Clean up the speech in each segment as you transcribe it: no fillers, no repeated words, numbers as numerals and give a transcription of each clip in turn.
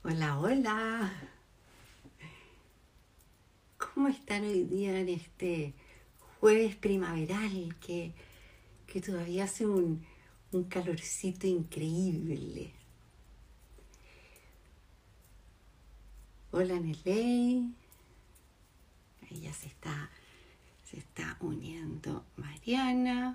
Hola, hola. ¿Cómo están hoy día en este jueves primaveral que todavía hace un calorcito increíble? Hola, Neley. Ahí ya se está uniendo Mariana.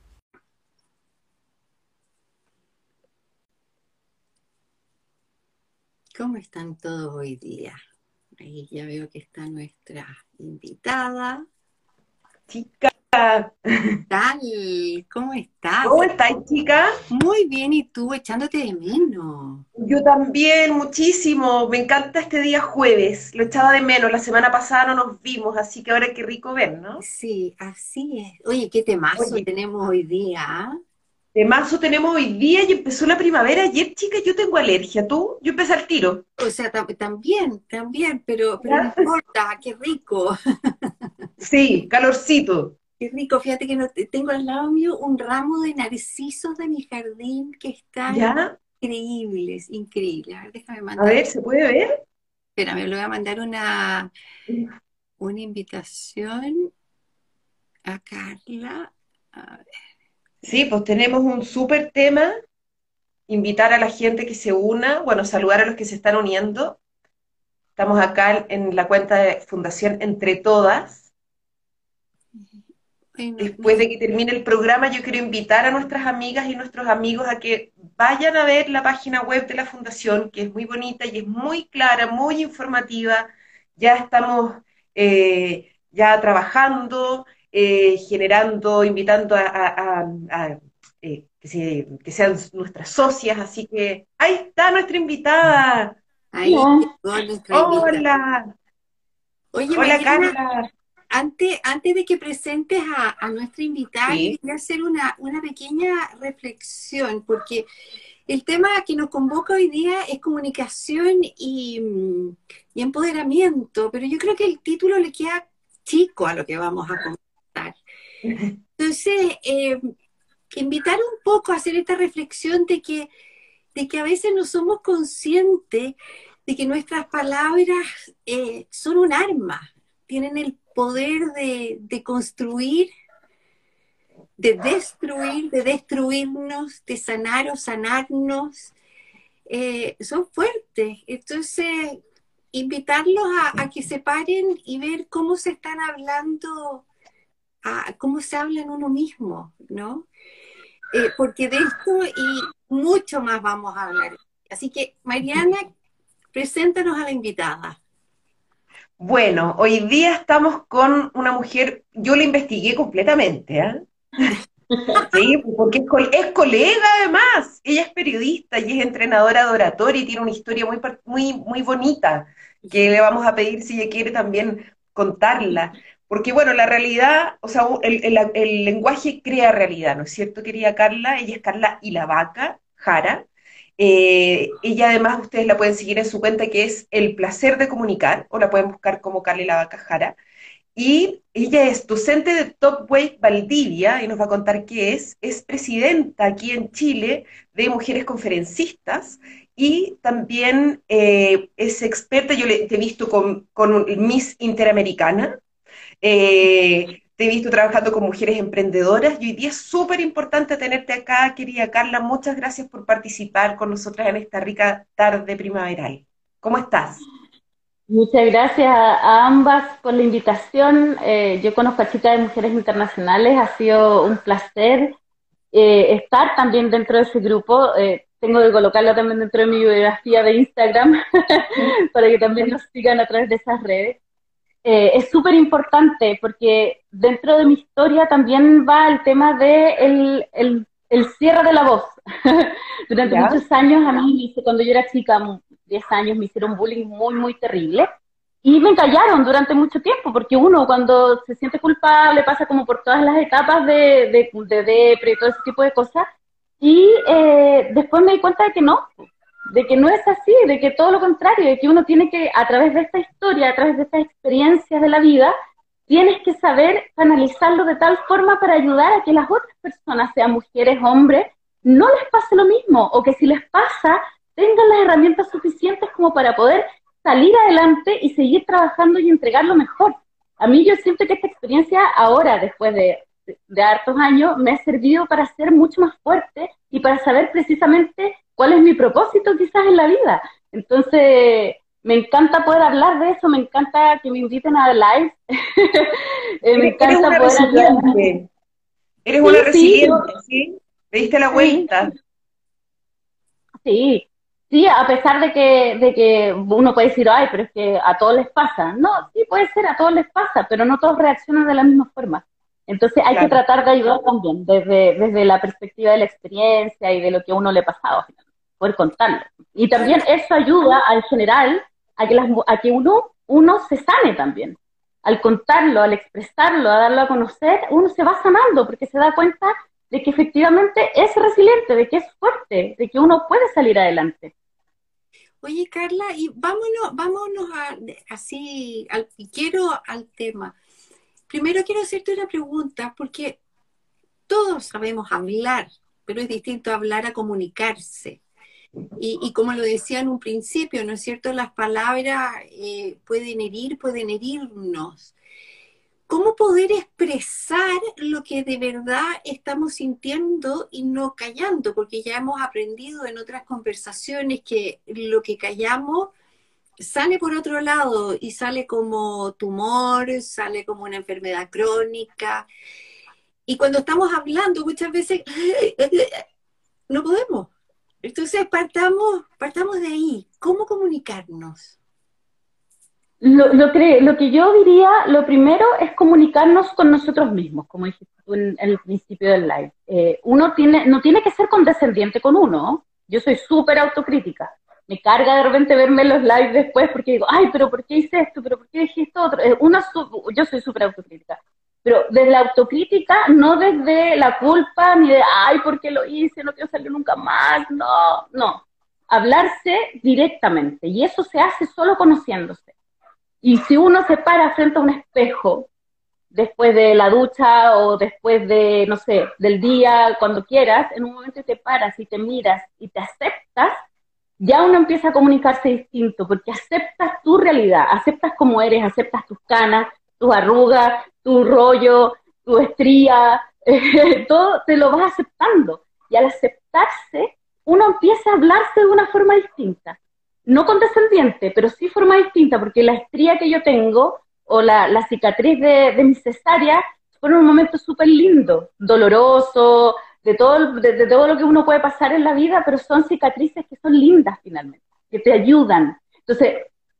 ¿Cómo están todos hoy día? Ahí ya veo que está nuestra invitada. Chica, ¿Tal? ¿Cómo estás? ¿cómo estáis, chica? Muy bien, ¿y tú? Echándote de menos. Yo también, muchísimo. Me encanta este día jueves. Lo echaba de menos. La semana pasada no nos vimos, así que ahora qué rico ver, ¿no? Sí, así es. Oye, qué temazo Oye, tenemos hoy día, ¿ah? de marzo tenemos hoy día y empezó la primavera. Ayer, chica, yo tengo alergia. ¿Tú? Yo empecé al tiro. O sea, también, pero no ¿Ya? importa, qué rico, Sí, calorcito. qué rico. Fíjate que tengo al lado mío un ramo de narcisos de mi jardín que están ¿Ya? increíbles, increíbles. A ver, déjame A mandar, ver, ¿se puede ver? espérame, le voy a mandar una invitación a Carla. A ver, Sí, pues tenemos un súper tema. Invitar a la gente que se una, bueno, saludar a los que se están uniendo. Estamos acá en la cuenta de Fundación Entre Todas. ay, no, Después de que termine el programa, yo quiero invitar a nuestras amigas y nuestros amigos a que vayan a ver la página web de la Fundación, que es muy bonita y es muy clara, muy informativa. Ya estamos ya trabajando, generando, invitando que sean nuestras socias. Así que ahí está nuestra invitada. ahí No, llegó nuestra invitada. Hola, Oye, hola Mariana, Carla. antes de que presentes a nuestra invitada, yo Sí, quería hacer una pequeña reflexión, porque el tema que nos convoca hoy día es comunicación y empoderamiento, pero yo creo que el título le queda chico a lo que vamos a conversar. Entonces, invitar un poco a hacer esta reflexión de que a veces no somos conscientes de que nuestras palabras son un arma, tienen el poder de construir, de destruir, de destruirnos, de sanar o sanarnos. Son fuertes. Entonces, invitarlos a que se paren y ver cómo se están hablando, cómo se habla en uno mismo, ¿no? Porque de esto y mucho más vamos a hablar. Así que, Mariana, preséntanos a la invitada. bueno, hoy día estamos con una mujer, yo la investigué completamente, ¿ah? Sí, porque es colega además, ella es periodista y es entrenadora de oratoria y tiene una historia muy bonita que le vamos a pedir si ella quiere también contarla. Porque bueno, la realidad, o sea, el lenguaje crea realidad, ¿no es cierto, querida Carla? Ella es Carla Ilavaca Jara. Ella además, ustedes la pueden seguir en su cuenta que es El Placer de Comunicar, o la pueden buscar como Carla Ilavaca Jara. Y ella es docente de Top Wave Valdivia y nos va a contar qué es presidenta aquí en Chile de mujeres conferencistas y también es experta, te he visto con Miss Interamericana, te he visto trabajando con mujeres emprendedoras y hoy día es súper importante tenerte acá, querida Carla. Muchas gracias por participar con nosotras en esta rica tarde primaveral. ¿Cómo estás? muchas gracias a ambas por la invitación. Yo conozco a Chicas de Mujeres Internacionales, ha sido un placer estar también dentro de ese grupo. Tengo que colocarlo también dentro de mi biografía de Instagram para que también nos sigan a través de esas redes. Es súper importante porque dentro de mi historia también va el tema de el cierre de la voz. Durante ¿Ya? muchos años, a mí, cuando yo era chica, 10 años, me hicieron bullying muy terrible. Y me callaron durante mucho tiempo, porque uno cuando se siente culpable pasa como por todas las etapas de depre y todo ese tipo de cosas. Y después me di cuenta de que no es así, de que todo lo contrario, de que uno tiene que, a través de esta historia, a través de estas experiencias de la vida, tienes que saber canalizarlo de tal forma para ayudar a que las otras personas, sean mujeres, hombres, no les pase lo mismo, o que si les pasa, tengan las herramientas suficientes como para poder salir adelante y seguir trabajando y entregar lo mejor. A mí yo siento que esta experiencia ahora, después de hartos años, me ha servido para ser mucho más fuerte y para saber precisamente cuál es mi propósito quizás en la vida. Entonces, me encanta poder hablar de eso, me encanta que me inviten a live, me Eres encanta una poder ayudar. resiliente, eres Sí, una sí, resiliente, ¿sí? Te diste la sí, vuelta. sí, sí, a pesar de que uno puede decir, ay, pero es que a todos les pasa. No, sí puede ser, a todos les pasa, pero no todos reaccionan de la misma forma. Entonces hay que Claro. tratar de ayudar también, desde la perspectiva de la experiencia y de lo que a uno le ha pasado, poder contarlo. Y también Carla, eso ayuda en general a que uno se sane también. Al contarlo, al expresarlo, a darlo a conocer, uno se va sanando porque se da cuenta de que efectivamente es resiliente, de que es fuerte, de que uno puede salir adelante. oye Carla, y vámonos así al piquero al tema. Primero quiero hacerte una pregunta, porque todos sabemos hablar, pero es distinto hablar a comunicarse. Y como lo decía en un principio, ¿no es cierto? Las palabras pueden herir, pueden herirnos. ¿Cómo poder expresar lo que de verdad estamos sintiendo y no callando? Porque ya hemos aprendido en otras conversaciones que lo que callamos sale por otro lado y sale como tumor, sale como una enfermedad crónica. Y cuando estamos hablando muchas veces no podemos. Entonces partamos de ahí. ¿Cómo comunicarnos? Lo que yo diría, lo primero es comunicarnos con nosotros mismos, como dijiste tú en el principio del live. No tiene que ser condescendiente con uno. Yo soy súper autocrítica. Me carga de repente verme los lives después porque digo, ay, pero ¿por qué hice esto? ¿Pero por qué dije esto otro? Yo soy súper autocrítica. Pero desde la autocrítica, no desde la culpa, ni de, ay, ¿por qué lo hice? No quiero salir nunca más. No, no. Hablarse directamente. Y eso se hace solo conociéndose. Y si uno se para frente a un espejo, después de la ducha o después de, no sé, del día, cuando quieras, en un momento te paras y te miras y te aceptas, ya uno empieza a comunicarse distinto, porque aceptas tu realidad, aceptas cómo eres, aceptas tus canas, tus arrugas, tu rollo, tu estría, todo te lo vas aceptando. Y al aceptarse, uno empieza a hablarse de una forma distinta. No condescendiente, pero sí forma distinta, porque la estría que yo tengo, o la cicatriz de mi cesárea, fueron un momento súper lindo, doloroso, de todo lo que uno puede pasar en la vida, pero son cicatrices que son lindas finalmente, que te ayudan. Entonces,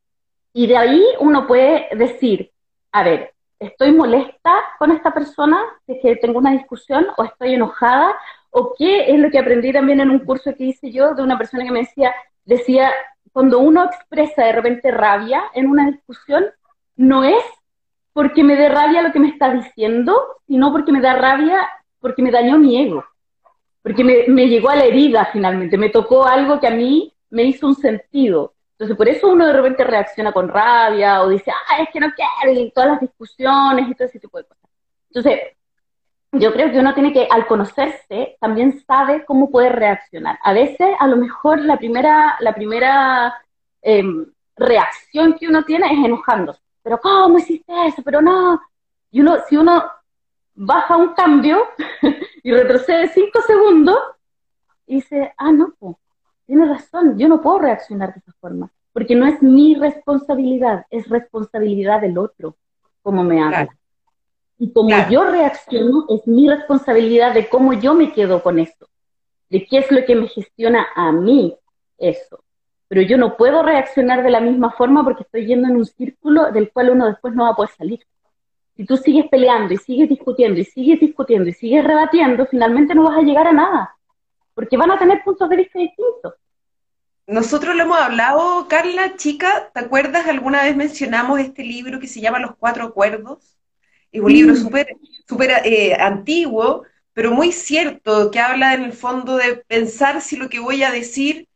y de ahí uno puede decir, a ver, ¿estoy molesta con esta persona? ¿Es que tengo una discusión? ¿O estoy enojada? ¿O qué es lo que aprendí también en un curso que hice yo de una persona que me decía, cuando uno expresa de repente rabia en una discusión, no es porque me dé rabia lo que me está diciendo, sino porque me da rabia porque me dañó mi ego, porque me llegó a la herida finalmente, me tocó algo que a mí me hizo un sentido. Entonces, por eso uno de repente reacciona con rabia o dice, ah, es que no quiero, y todas las discusiones y todo ese tipo de cosas. Entonces, yo creo que uno tiene que, al conocerse, también sabe cómo puede reaccionar. A veces, a lo mejor, la primera eh, reacción que uno tiene es enojándose. Pero, ¿cómo hiciste eso? Pero no. Y si uno baja un cambio y retrocede 5 segundos y dice, ah, no, pues, tiene razón, yo no puedo reaccionar de esa forma, porque no es mi responsabilidad, es responsabilidad del otro, como me Claro, habla. Y como claro. yo reacciono, es mi responsabilidad de cómo yo me quedo con eso, de qué es lo que me gestiona a mí eso. Pero yo no puedo reaccionar de la misma forma porque estoy yendo en un círculo del cual uno después no va a poder salir. Si tú sigues peleando y sigues discutiendo y sigues discutiendo y sigues rebatiendo, finalmente no vas a llegar a nada, porque van a tener puntos de vista distintos. Nosotros lo hemos hablado, Carla, chica, ¿te acuerdas? Alguna vez mencionamos este libro que se llama Los Cuatro Acuerdos. Es un libro Sí, súper antiguo, pero muy cierto, que habla en el fondo de pensar si lo que voy a decir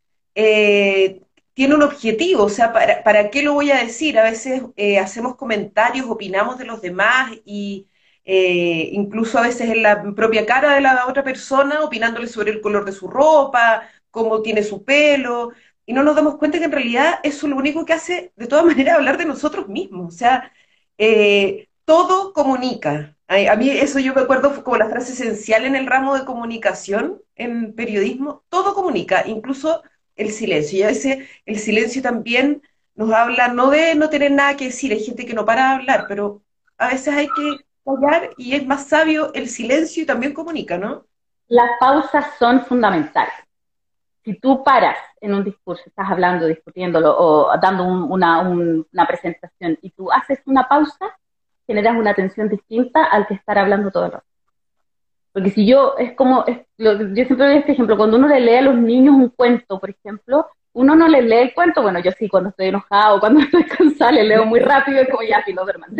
tiene un objetivo, o sea, ¿para qué lo voy a decir? A veces hacemos comentarios, opinamos de los demás y incluso a veces en la propia cara de la otra persona, opinándole sobre el color de su ropa, cómo tiene su pelo. y no nos damos cuenta que en realidad eso lo único que hace, de todas maneras, hablar de nosotros mismos. O sea, todo comunica. A mí eso yo me acuerdo fue como la frase esencial en el ramo de comunicación, en periodismo, todo comunica, incluso el silencio. Y a veces el silencio también nos habla no de no tener nada que decir, hay gente que no para de hablar, pero a veces hay que callar y es más sabio el silencio y también comunica, ¿no? Las pausas son fundamentales. Si tú paras en un discurso, estás hablando, discutiéndolo o dando una presentación y tú haces una pausa, generas una atención distinta al que estar hablando todo el rato. Porque si yo, yo siempre doy este ejemplo, cuando uno le lee a los niños un cuento, por ejemplo, uno no les lee el cuento, bueno, yo sí, cuando estoy enojado, cuando estoy cansada, le leo muy rápido, es como ya, si no duerman.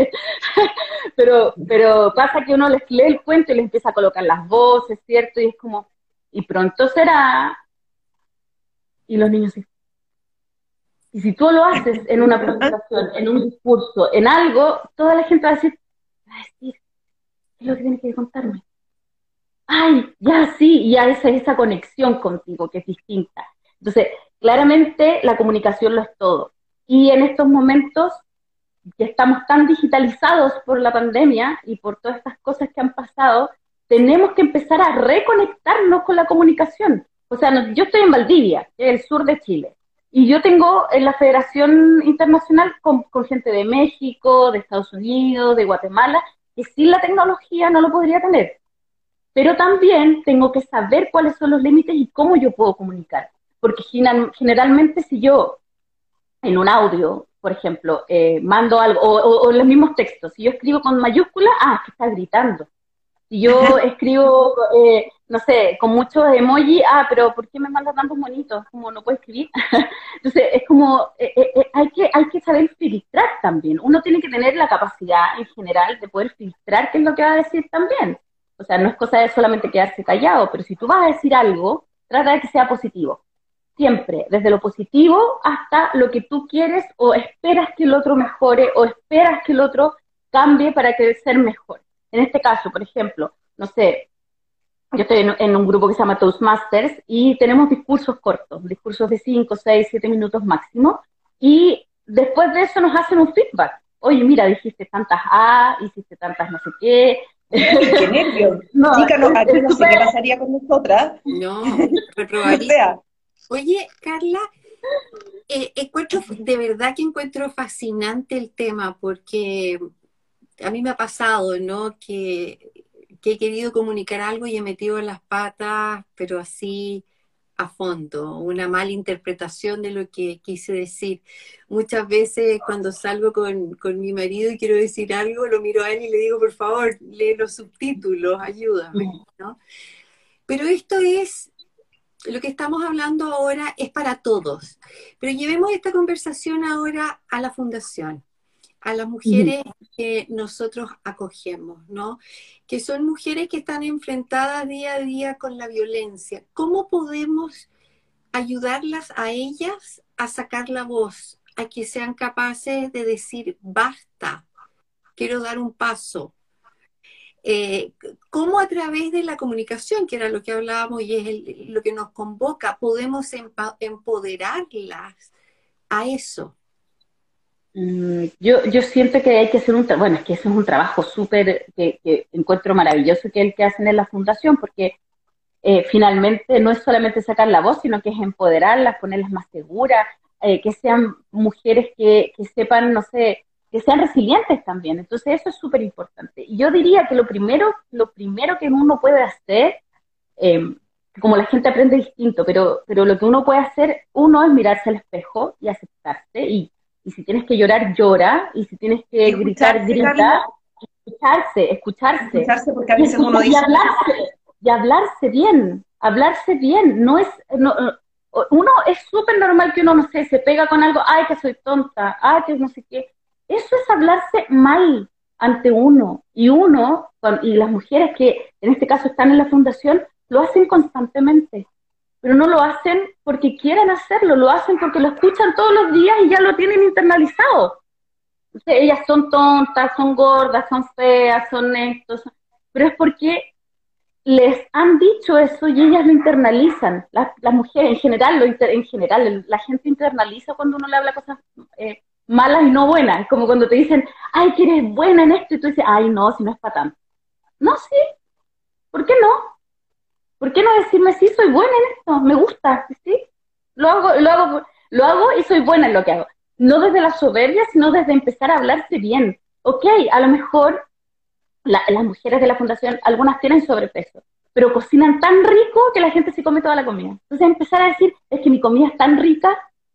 pero pasa que uno les lee el cuento y les empieza a colocar las voces, ¿cierto? Y es como, y pronto será, y los niños sí. Y si tú lo haces en una presentación, en un discurso, en algo, toda la gente va a decir, ¿qué es lo que tienes que contarme? Ay, ya sí, ya esa conexión contigo que es distinta. Entonces, claramente la comunicación lo es todo. Y en estos momentos que estamos tan digitalizados por la pandemia y por todas estas cosas que han pasado, tenemos que empezar a reconectarnos con la comunicación. O sea, yo estoy en Valdivia, que es el sur de Chile, y yo tengo en la Federación Internacional con gente de México, de Estados Unidos, de Guatemala, que sin la tecnología no lo podría tener. Pero también tengo que saber cuáles son los límites y cómo yo puedo comunicar. Porque generalmente si yo en un audio, por ejemplo, mando algo, o en los mismos textos, si yo escribo con mayúsculas, es que está gritando. Si yo escribo, no sé, con muchos emojis, pero ¿por qué me manda tantos monitos? Como no puedo escribir. Entonces, es como, hay que saber filtrar también. Uno tiene que tener la capacidad en general de poder filtrar qué es lo que va a decir también. O sea, no es cosa de solamente quedarse callado, pero si tú vas a decir algo, trata de que sea positivo. Siempre, desde lo positivo hasta lo que tú quieres o esperas que el otro mejore o esperas que el otro cambie para que ser mejor. En este caso, por ejemplo, no sé, yo estoy en un grupo que se llama Toastmasters y tenemos discursos cortos, discursos de 5, 6, 7 minutos máximo, y después de eso nos hacen un feedback. Oye, mira, dijiste tantas hiciste tantas no sé qué. ¡Qué nervios! No, chica, aquí no sé qué pasaría con nosotras. No, reprobaría. Oye, Carla, de verdad que encuentro fascinante el tema, porque a mí me ha pasado, ¿no? Que he querido comunicar algo y he metido las patas, pero así a fondo, una mala interpretación de lo que quise decir. Muchas veces cuando salgo con mi marido y quiero decir algo, lo miro a él y le digo, por favor, lee los subtítulos, ayúdame, ¿no? Pero lo que estamos hablando ahora es para todos. Pero llevemos esta conversación ahora a la fundación, a las mujeres que nosotros acogemos, ¿no? Que son mujeres que están enfrentadas día a día con la violencia. ¿Cómo podemos ayudarlas a ellas a sacar la voz, a que sean capaces de decir, basta, quiero dar un paso? ¿Cómo a través de la comunicación, que era lo que hablábamos y es lo que nos convoca, podemos empoderarlas a eso? Yo siento que hay que hacer bueno, es que eso es un trabajo súper, que encuentro maravilloso que es el que hacen en la fundación, porque finalmente no es solamente sacar la voz, sino que es empoderarlas, ponerlas más seguras, que sean mujeres que sepan, no sé, que sean resilientes también. Entonces eso es súper importante. Y yo diría que lo primero que uno puede hacer, como la gente aprende distinto, pero lo que uno puede hacer, uno es mirarse al espejo y aceptarse, y si tienes que llorar, llora, y si tienes que gritar, grita, escucharse porque a veces uno dice... Y hablarse bien, no es, uno es súper normal que uno, no sé, se pega con algo, ay, que soy tonta, ay, que no sé qué, eso es hablarse mal ante uno, y las mujeres que en este caso están en la fundación, lo hacen constantemente, pero no lo hacen porque quieren hacerlo, lo hacen porque lo escuchan todos los días y ya lo tienen internalizado. Entonces, ellas son tontas, son gordas, son feas, son estos, pero es porque les han dicho eso y ellas lo internalizan. Las mujeres en general, la gente internaliza cuando uno le habla cosas malas y no buenas. Es como cuando te dicen, ay, que eres buena en esto, y tú dices, ay, no, si no es para tanto. No, sí, ¿por qué no? ¿Por qué no decirme, sí, soy buena en esto, me gusta, sí? Lo hago y soy buena en lo que hago. No desde la soberbia, sino desde empezar a hablarse bien. Ok, a lo mejor las mujeres de la fundación, algunas tienen sobrepeso, pero cocinan tan rico que la gente se come toda la comida. Entonces empezar a decir, es que mi comida es tan rica,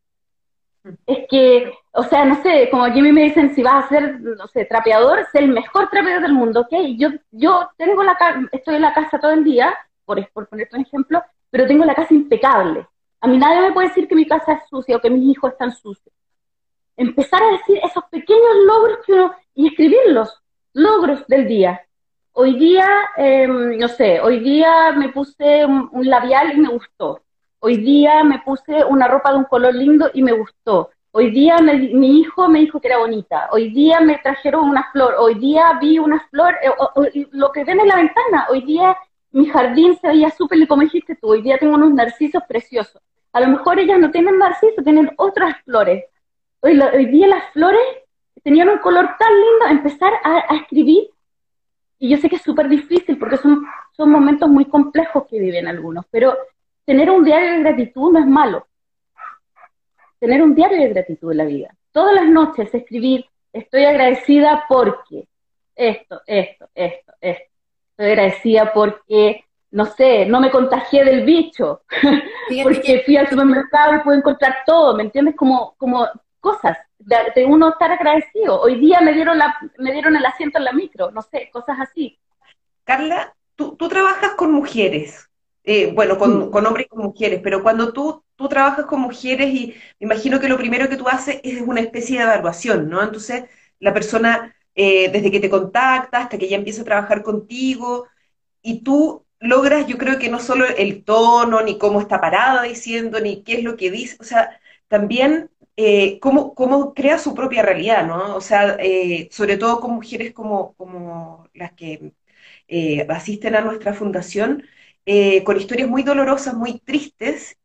es que, o sea, no sé, como aquí a mí me dicen, si vas a ser, no sé, trapeador, sé el mejor trapeador del mundo, ¿ok? Yo estoy en la casa todo el día, por ponerte un ejemplo, pero tengo la casa impecable. A mí nadie me puede decir que mi casa es sucia o que mis hijos están sucios. Empezar a decir esos pequeños logros y escribirlos, logros del día. Hoy día, no sé, hoy día me puse un labial y me gustó. Hoy día me puse una ropa de un color lindo y me gustó. Hoy día mi hijo me dijo que era bonita. Hoy día me trajeron una flor. Hoy día vi una flor, lo que ven en la ventana. Hoy día mi jardín se veía súper, y como dijiste tú, hoy día tengo unos narcisos preciosos. A lo mejor ellas no tienen narcisos, tienen otras flores. Hoy día las flores tenían un color tan lindo, empezar a escribir, y yo sé que es súper difícil porque son momentos muy complejos que viven algunos, pero tener un diario de gratitud no es malo. Tener un diario de gratitud en la vida. Todas las noches escribir, estoy agradecida porque esto. Estoy agradecida porque, no sé, no me contagié del bicho, porque fui al supermercado y pude encontrar todo, ¿me entiendes? Como cosas de uno estar agradecido. Hoy día me dieron el asiento en la micro, no sé, cosas así. Carla, tú trabajas con mujeres, bueno, con hombres y con mujeres, pero cuando tú trabajas con mujeres, y me imagino que lo primero que tú haces es una especie de evaluación, ¿no? Entonces, la persona, desde que te contacta hasta que ya empieza a trabajar contigo, y tú logras, yo creo que no solo el tono, ni cómo está parada diciendo, ni qué es lo que dice, o sea, también cómo crea su propia realidad, ¿no? O sea, sobre todo con mujeres como las que asisten a nuestra fundación, con historias muy dolorosas, muy tristes,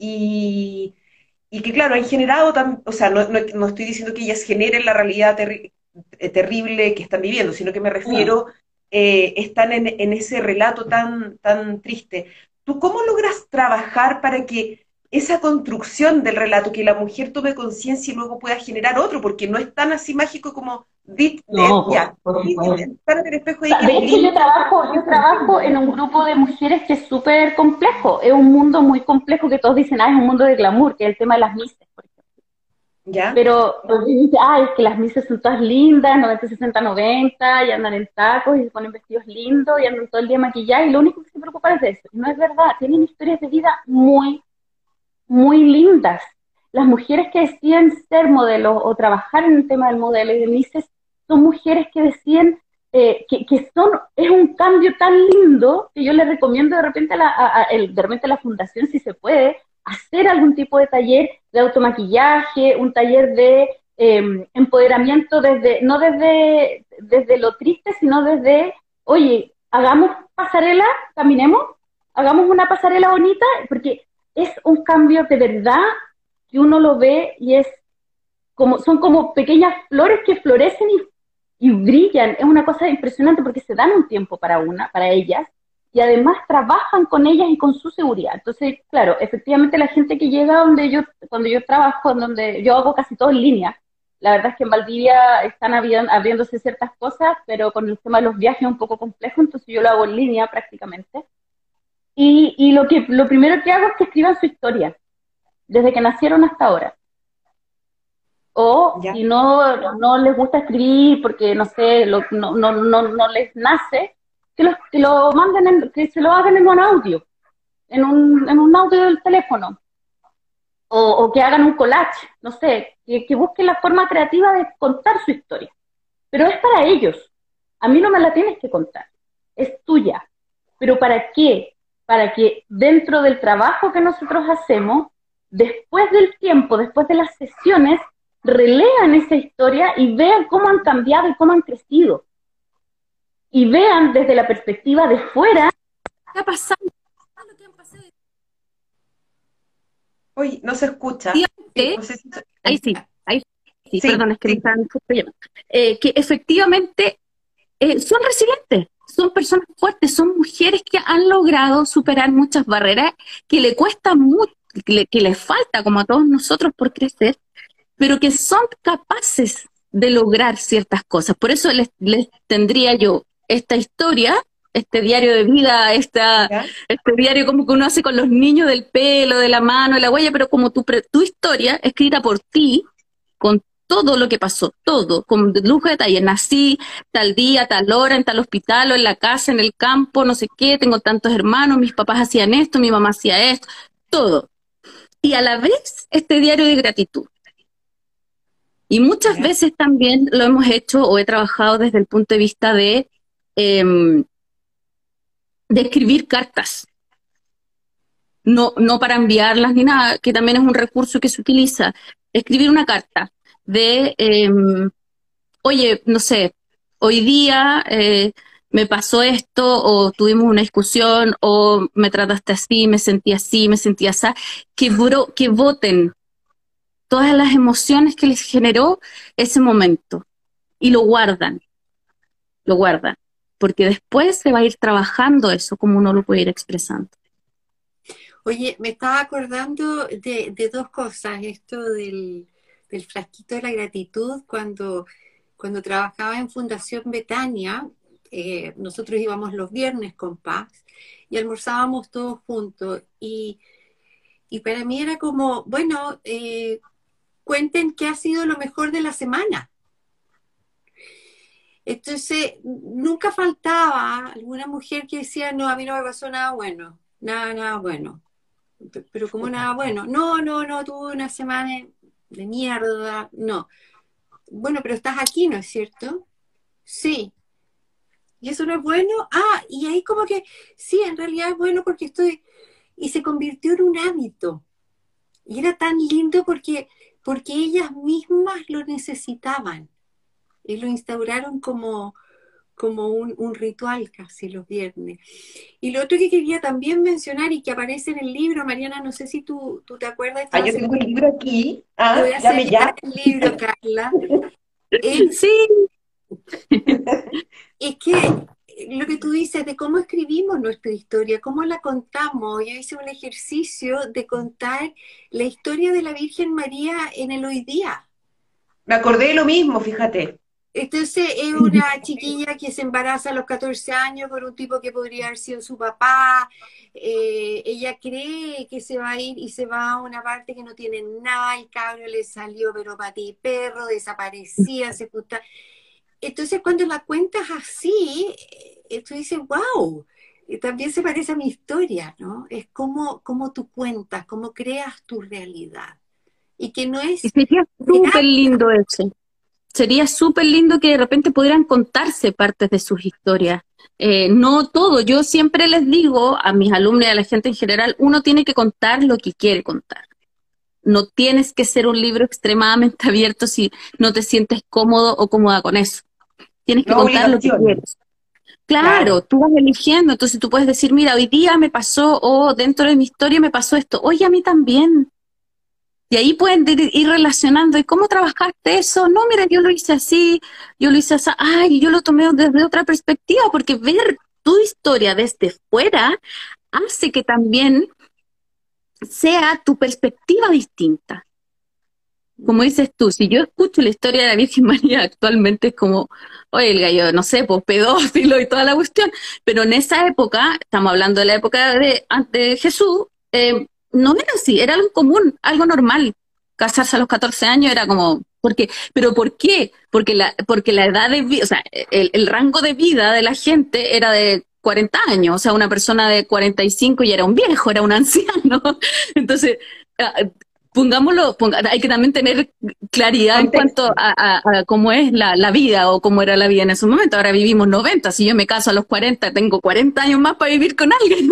y que, claro, han generado, o sea, no estoy diciendo que ellas generen la realidad terrible que están viviendo, sino que me refiero, están en ese relato tan triste. ¿Tú cómo logras trabajar para que esa construcción del relato, que la mujer tome conciencia y luego pueda generar otro? Porque no es tan así mágico como ya, estar en el espejo de De hecho, yo trabajo en un grupo de mujeres que es súper complejo, es un mundo muy complejo que todos dicen, es un mundo de glamour, que es el tema de las mises, por ejemplo. ¿Ya? Pero dice, es que las mises son todas lindas, 90, 60, 90, y andan en tacos y se ponen vestidos lindos y andan todo el día maquilladas, y lo único que se preocupan es de eso. Y no es verdad, tienen historias de vida muy, muy lindas. Las mujeres que deciden ser modelos o trabajar en el tema del modelo y de mises son mujeres que deciden es un cambio tan lindo que yo les recomiendo de repente a la fundación, si se puede, hacer algún tipo de taller de automaquillaje, un taller de empoderamiento no desde lo triste, sino desde, oye, hagamos pasarela, caminemos, hagamos una pasarela bonita, porque es un cambio de verdad que uno lo ve y son como pequeñas flores que florecen y brillan. Es una cosa impresionante porque se dan un tiempo para ellas, y además trabajan con ellas y con su seguridad. Entonces, claro, efectivamente la gente que llega cuando yo trabajo, donde yo hago casi todo en línea, la verdad es que en Valdivia están abriéndose ciertas cosas, pero con el tema de los viajes es un poco complejo, entonces yo lo hago en línea prácticamente. Y lo primero que hago es que escriban su historia, desde que nacieron hasta ahora. O si no les gusta escribir porque, no sé, no les nace, que lo manden, que se lo hagan en un audio, en un audio del teléfono. O que hagan un collage, no sé, que busquen la forma creativa de contar su historia. Pero es para ellos. A mí no me la tienes que contar. Es tuya. ¿Pero para qué? Para que dentro del trabajo que nosotros hacemos, después del tiempo, después de las sesiones, relean esa historia y vean cómo han cambiado y cómo han crecido. Y vean desde la perspectiva de fuera está pasando, lo que han pasado. Uy, no se escucha. No sé si... Ahí sí, Sí, perdón, es que me sí. están llamando. Que efectivamente son resilientes, son personas fuertes, son mujeres que han logrado superar muchas barreras que le cuesta mucho, que les falta, como a todos nosotros, por crecer, pero que son capaces de lograr ciertas cosas. Por eso les tendría yo esta historia, este diario de vida, este ¿Ya? diario como que uno hace con los niños del pelo, de la mano, de la huella, pero como tu historia, escrita por ti, con todo lo que pasó, todo, con lujo de detalle. Nací tal día, tal hora, en tal hospital, o en la casa, en el campo, no sé qué, tengo tantos hermanos, mis papás hacían esto, mi mamá hacía esto, todo. Y a la vez, este diario de gratitud. Y muchas ¿Ya? veces también lo hemos hecho o he trabajado desde el punto de vista de escribir cartas. No para enviarlas ni nada, que también es un recurso que se utiliza. Escribir una carta de, oye, no sé, hoy día me pasó esto, o tuvimos una discusión, o me trataste así, me sentí así, que voten todas las emociones que les generó ese momento y lo guardan, porque después se va a ir trabajando eso como uno lo puede ir expresando. Oye, me estaba acordando de dos cosas, esto del frasquito de la gratitud, cuando trabajaba en Fundación Betania, nosotros íbamos los viernes con Paz y almorzábamos todos juntos y para mí era como, bueno, cuenten qué ha sido lo mejor de la semana. Entonces, nunca faltaba alguna mujer que decía, no, a mí no me pasó nada bueno, nada bueno. Pero como nada bueno. No, tuve una semana de mierda, no. Bueno, pero estás aquí, ¿no es cierto? Sí. ¿Y eso no es bueno? Ah, y ahí como que, sí, en realidad es bueno porque estoy... Y se convirtió en un hábito. Y era tan lindo porque ellas mismas lo necesitaban. Y lo instauraron como un ritual casi los viernes. Y lo otro que quería también mencionar y que aparece en el libro, Mariana, no sé si tú te acuerdas, te Ah, va a yo hacer, tengo el libro aquí. te voy Ah, a hacer llame llegar ya. el libro, Carla, es, Sí, es que lo que tú dices de cómo escribimos nuestra historia, cómo la contamos. Yo hice un ejercicio de contar la historia de la Virgen María en el hoy día. Me acordé de lo mismo, fíjate. Entonces es una chiquilla que se embaraza a los 14 años por un tipo que podría haber sido su papá. Ella cree que se va a ir y se va a una parte que no tiene nada. El cabro le salió pero pati perro, desaparecía, se justa. Entonces cuando la cuentas así, tú dices, wow, también se parece a mi historia, ¿no? Es como tú cuentas, cómo creas tu realidad. Y que no y es sería súper lindo eso. Sería súper lindo que de repente pudieran contarse partes de sus historias. No todo, yo siempre les digo a mis alumnos y a la gente en general, uno tiene que contar lo que quiere contar. No tienes que ser un libro extremadamente abierto si no te sientes cómodo o cómoda con eso. Tienes que No contar lo que obligación. quieres. Claro, Claro. tú vas eligiendo, entonces tú puedes decir, mira, hoy día me pasó, o dentro de mi historia me pasó esto, oye, a mí también. Y ahí pueden ir relacionando, ¿y cómo trabajaste eso? No, mira, yo lo hice así, yo lo hice así, ay, yo lo tomé desde otra perspectiva, porque ver tu historia desde fuera hace que también sea tu perspectiva distinta. Como dices tú, si yo escucho la historia de la Virgen María actualmente es como, oye, el gallo, no sé, pues pedófilo y toda la cuestión, pero en esa época, estamos hablando de la época de antes de Jesús, no era así, era algo común, algo normal. Casarse a los 14 años era como, ¿pero por qué? Porque la edad de vida, o sea, el rango de vida de la gente era de 40 años, o sea, una persona de 45 ya era un viejo, era un anciano. Entonces, hay que también tener claridad en cuanto Contexto. a cómo es la vida o cómo era la vida en ese momento. Ahora vivimos 90, si yo me caso a los 40, tengo 40 años más para vivir con alguien.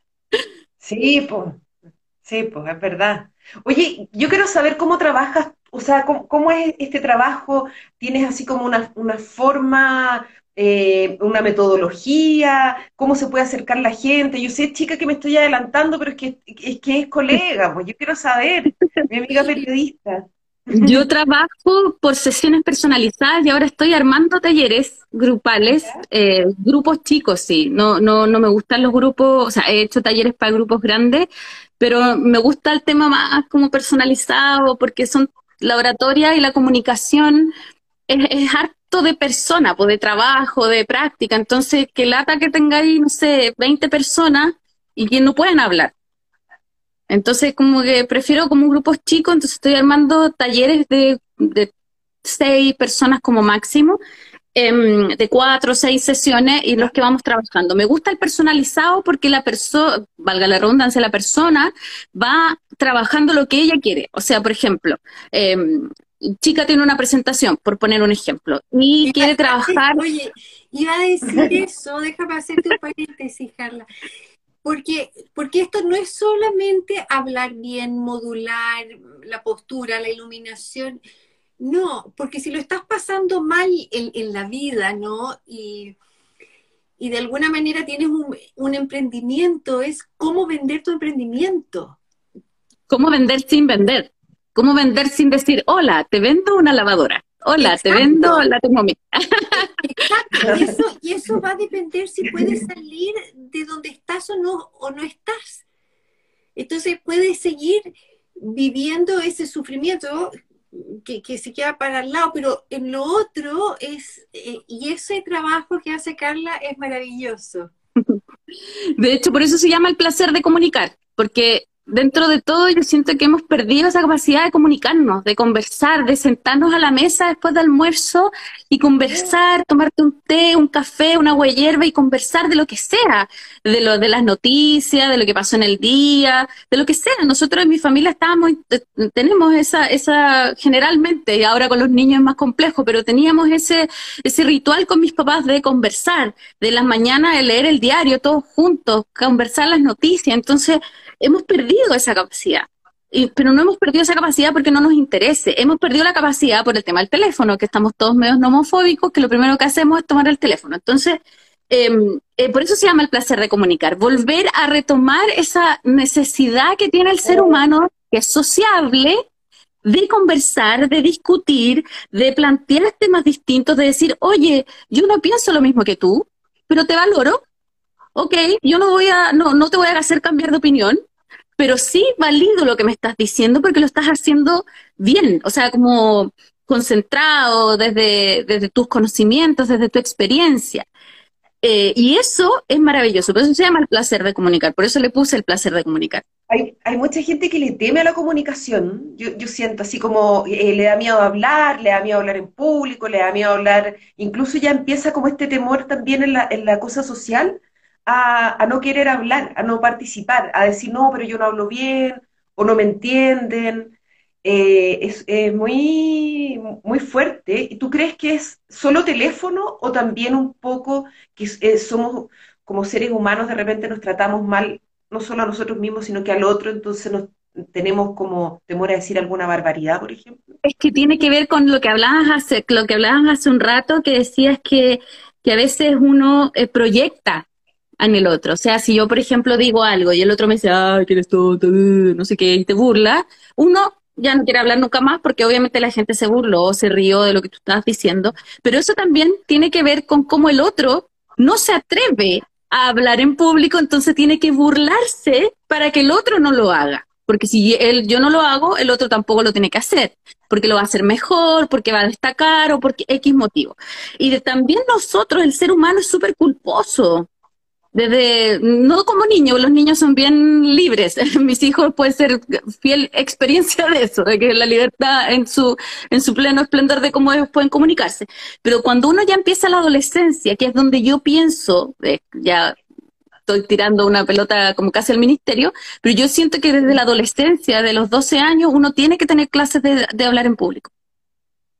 Sí, pues, es verdad. Oye, yo quiero saber cómo trabajas o sea, cómo es este trabajo? ¿Tienes así como una forma, una metodología? ¿Cómo se puede acercar la gente? Yo sé, chica, que me estoy adelantando, pero es que es colega, pues yo quiero saber, mi amiga periodista. Yo trabajo por sesiones personalizadas y ahora estoy armando talleres grupales, ¿Ya? grupos chicos, sí. No me gustan los grupos, o sea, he hecho talleres para grupos grandes, pero me gusta el tema más como personalizado porque son la oratoria y la comunicación es harto de persona, pues de trabajo, de práctica. Entonces, que lata que tengáis, no sé, 20 personas y que no pueden hablar. Entonces, como que prefiero como grupos chicos, entonces estoy armando talleres de 6 personas como máximo, de 4 o 6 sesiones y los que vamos trabajando. Me gusta el personalizado porque la persona, valga la redundancia, la persona va trabajando lo que ella quiere. O sea, por ejemplo, chica tiene una presentación, por poner un ejemplo, y quiere trabajar. Oye, iba a decir eso, déjame hacerte un paréntesis, Carla. Porque esto no es solamente hablar bien, modular la postura, la iluminación, no, porque si lo estás pasando mal en la vida, ¿no? Y de alguna manera tienes un emprendimiento, es cómo vender tu emprendimiento. ¿Cómo vender sin vender? ¿Cómo vender sin decir, hola, te vendo una lavadora? Hola, te vendo Exacto, la Thermomix. exacto. Y eso va a depender si puedes salir de donde estás o no estás. Entonces puedes seguir viviendo ese sufrimiento que se queda para el lado, pero en lo otro y ese trabajo que hace Carla es maravilloso. De hecho, por eso se llama el placer de comunicar, porque dentro de todo yo siento que hemos perdido esa capacidad de comunicarnos, de conversar, de sentarnos a la mesa después del almuerzo y conversar, tomarte un té, un café, una agua de hierba y conversar de lo que sea, de las noticias, de lo que pasó en el día, de lo que sea. Nosotros en mi familia tenemos generalmente, y ahora con los niños es más complejo, pero teníamos ese ritual con mis papás de conversar, de las mañanas de leer el diario todos juntos, conversar las noticias. Entonces, hemos perdido esa capacidad. Pero no hemos perdido esa capacidad porque no nos interese. Hemos perdido la capacidad por el tema del teléfono, que estamos todos medio nomofóbicos, que lo primero que hacemos es tomar el teléfono. Entonces, por eso se llama el placer de comunicar. Volver a retomar esa necesidad que tiene el ser humano, que es sociable, de conversar, de discutir, de plantear temas distintos, de decir, oye, yo no pienso lo mismo que tú, pero te valoro. Ok, yo no te voy a hacer cambiar de opinión, pero sí valido lo que me estás diciendo porque lo estás haciendo bien, o sea, como concentrado desde tus conocimientos, desde tu experiencia. Y eso es maravilloso, por eso se llama el placer de comunicar, por eso le puse el placer de comunicar. Hay mucha gente que le teme a la comunicación. Yo siento así como le da miedo hablar, le da miedo hablar en público, le da miedo hablar, incluso ya empieza como este temor también en la cosa social a no querer hablar, a no participar, a decir, no, pero yo no hablo bien o no me entienden. Es muy, muy fuerte. ¿Y tú crees que es solo teléfono o también un poco que somos como seres humanos de repente nos tratamos mal, no solo a nosotros mismos, sino que al otro, entonces tenemos como temor a decir alguna barbaridad, por ejemplo? Es que tiene que ver con lo que hablabas hace un rato, que decías que a veces uno proyecta en el otro. O sea, si yo, por ejemplo, digo algo y el otro me dice, ay, que eres tonto, no sé qué, y te burla, uno ya no quiere hablar nunca más porque obviamente la gente se burló, se rió de lo que tú estabas diciendo, pero eso también tiene que ver con cómo el otro no se atreve a hablar en público, entonces tiene que burlarse para que el otro no lo haga. Porque si yo no lo hago, el otro tampoco lo tiene que hacer, porque lo va a hacer mejor, porque va a destacar o porque X motivo. Y también nosotros, el ser humano es súper culposo. No como niños, los niños son bien libres. Mis hijos pueden ser fiel experiencia de eso, de que la libertad en su pleno esplendor de cómo ellos pueden comunicarse. Pero cuando uno ya empieza la adolescencia, que es donde yo pienso, ya estoy tirando una pelota como casi al ministerio, pero yo siento que desde la adolescencia, de los 12 años, uno tiene que tener clases de hablar en público.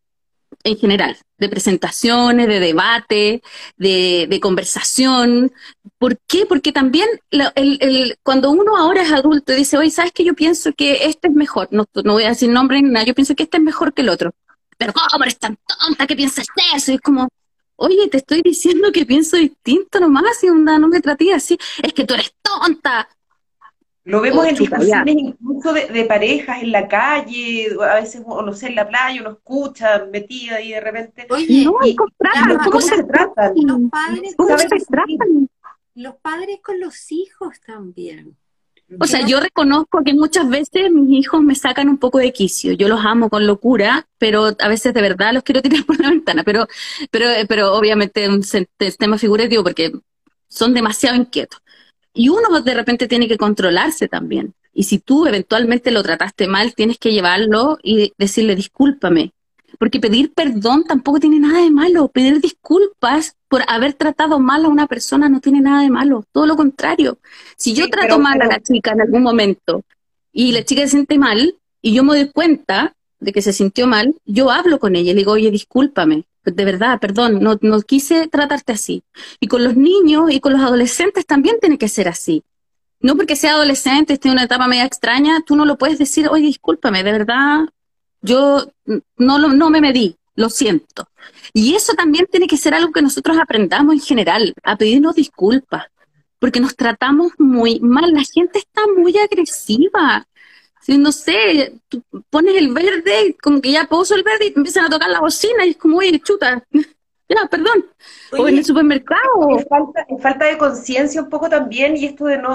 en general, de presentaciones, de debate, de conversación. ¿Por qué? Porque también cuando uno ahora es adulto y dice, oye, ¿sabes qué? Yo pienso que este es mejor, no voy a decir nombre ni nada, yo pienso que este es mejor que el otro. Pero ¿cómo eres tan tonta? ¿Qué piensas de eso? Y es como, oye, te estoy diciendo que pienso distinto nomás, y onda, no me trates así, es que tú eres tonta. Lo vemos Oh, en chuta, ya. discusiones incluso de parejas en la calle, a veces, o no sé, en la playa, uno escucha metida y de repente, Oye, No, al y contrario, ¿cómo cómo se se tratan, los tratan? no padres se ¿Cómo con sabe se discutir. tratan? los padres con los hijos también. O Que sea, no, yo reconozco que muchas veces mis hijos me sacan un poco de quicio. Yo los amo con locura, pero a veces de verdad los quiero tirar por la ventana. Pero obviamente un tema figurativo porque son demasiado inquietos. Y uno de repente tiene que controlarse también. Y si tú eventualmente lo trataste mal, tienes que llevarlo y decirle discúlpame. Porque pedir perdón tampoco tiene nada de malo. Pedir disculpas por haber tratado mal a una persona no tiene nada de malo. Todo lo contrario. Si yo Sí, trato mal a la chica en algún momento y la chica se siente mal y yo me doy cuenta de que se sintió mal, yo hablo con ella y le digo, oye, discúlpame. De verdad, perdón, no quise tratarte así. Y con los niños y con los adolescentes también tiene que ser así. No porque sea adolescente, esté en una etapa media extraña, tú no lo puedes decir, oye, discúlpame, de verdad, yo no me medí, lo siento. Y eso también tiene que ser algo que nosotros aprendamos en general, a pedirnos disculpas, porque nos tratamos muy mal, la gente está muy agresiva. Si no sé, tú pones el verde, como que ya puso el verde y te empiezan a tocar la bocina y es como, oye, chuta, ya, perdón. O en el oye, supermercado. Es falta de conciencia un poco también, y esto de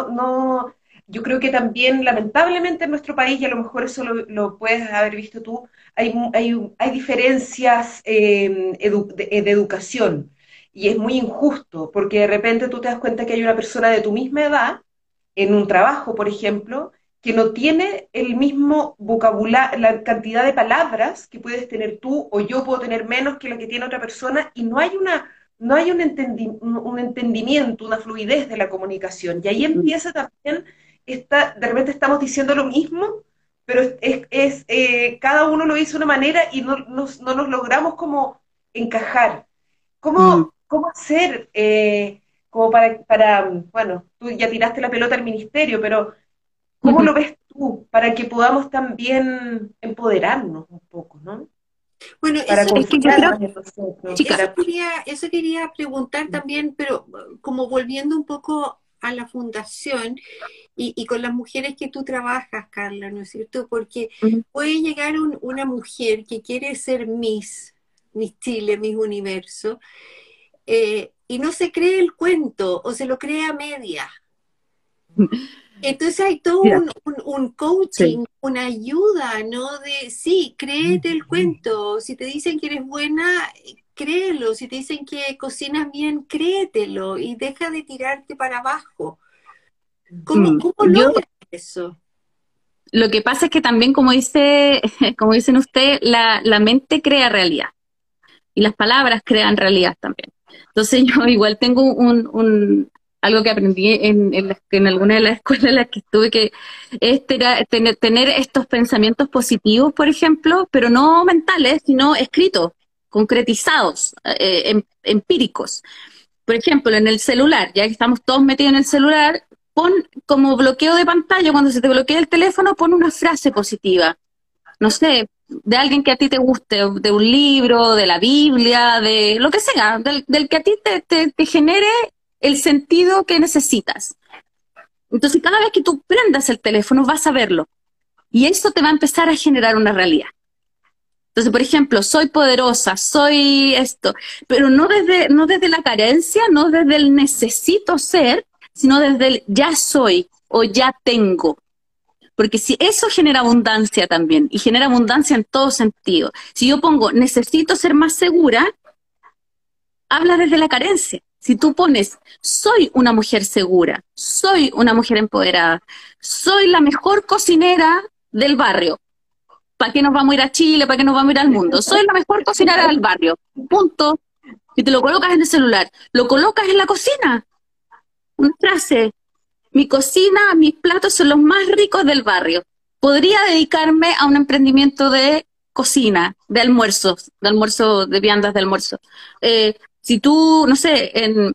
yo creo que también lamentablemente en nuestro país, y a lo mejor eso lo puedes haber visto tú, hay diferencias de educación, y es muy injusto, porque de repente tú te das cuenta que hay una persona de tu misma edad, en un trabajo, por ejemplo, que no tiene el mismo vocabulario, la cantidad de palabras que puedes tener tú, o yo puedo tener menos que la que tiene otra persona, y no hay un entendimiento, una fluidez de la comunicación. Y ahí empieza también, de repente estamos diciendo lo mismo, pero cada uno lo hizo de una manera y no nos logramos como encajar. Mm, ¿Cómo hacer como bueno, tú ya tiraste la pelota al ministerio, pero ¿cómo ujú. lo ves tú para que podamos también empoderarnos un poco, ¿no? bueno, Para Es que yo confiar creo, más en nosotros. chica, eso quería preguntar también, pero como volviendo un poco a la fundación y con las mujeres que tú trabajas, Carla, ¿no es cierto? Porque ujú, puede llegar una mujer que quiere ser Miss Chile, Miss Universo, y no se cree el cuento o se lo cree a media. Entonces hay todo mira, un sí. coaching, una ayuda, ¿no? De, sí, créete el cuento. Si te dicen que eres buena, créelo. Si te dicen que cocinas bien, créetelo y deja de tirarte para abajo. ¿Cómo Yo logras eso? lo que pasa es que también, como dicen usted, la mente crea realidad y las palabras crean realidad también. Entonces yo igual tengo algo que aprendí en alguna de las escuelas en las que estuve, que era tener estos pensamientos positivos, por ejemplo, pero no mentales, sino escritos, concretizados, empíricos. Por ejemplo, en el celular, ya que estamos todos metidos en el celular, pon como bloqueo de pantalla, cuando se te bloquea el teléfono, pon una frase positiva. No sé, de alguien que a ti te guste, de un libro, de la Biblia, de lo que sea, del que a ti te genere el sentido que necesitas. Entonces, cada vez que tú prendas el teléfono, vas a verlo. Y eso te va a empezar a generar una realidad. Entonces, por ejemplo, soy poderosa, soy esto, pero no desde la carencia, no desde el necesito ser, sino desde el ya soy o ya tengo. Porque si eso genera abundancia también, y genera abundancia en todo sentido. Si yo pongo necesito ser más segura, habla desde la carencia. Si tú pones soy una mujer segura, soy una mujer empoderada, soy la mejor cocinera del barrio, ¿para qué nos vamos a ir a Chile? ¿Para qué nos vamos a ir al mundo? Soy la mejor cocinera del barrio. Punto. Y te lo colocas en el celular. Lo colocas en la cocina. Una frase. Mi cocina, mis platos son los más ricos del barrio. Podría dedicarme a un emprendimiento de cocina, de almuerzo, de viandas de almuerzo. Si tú, no sé,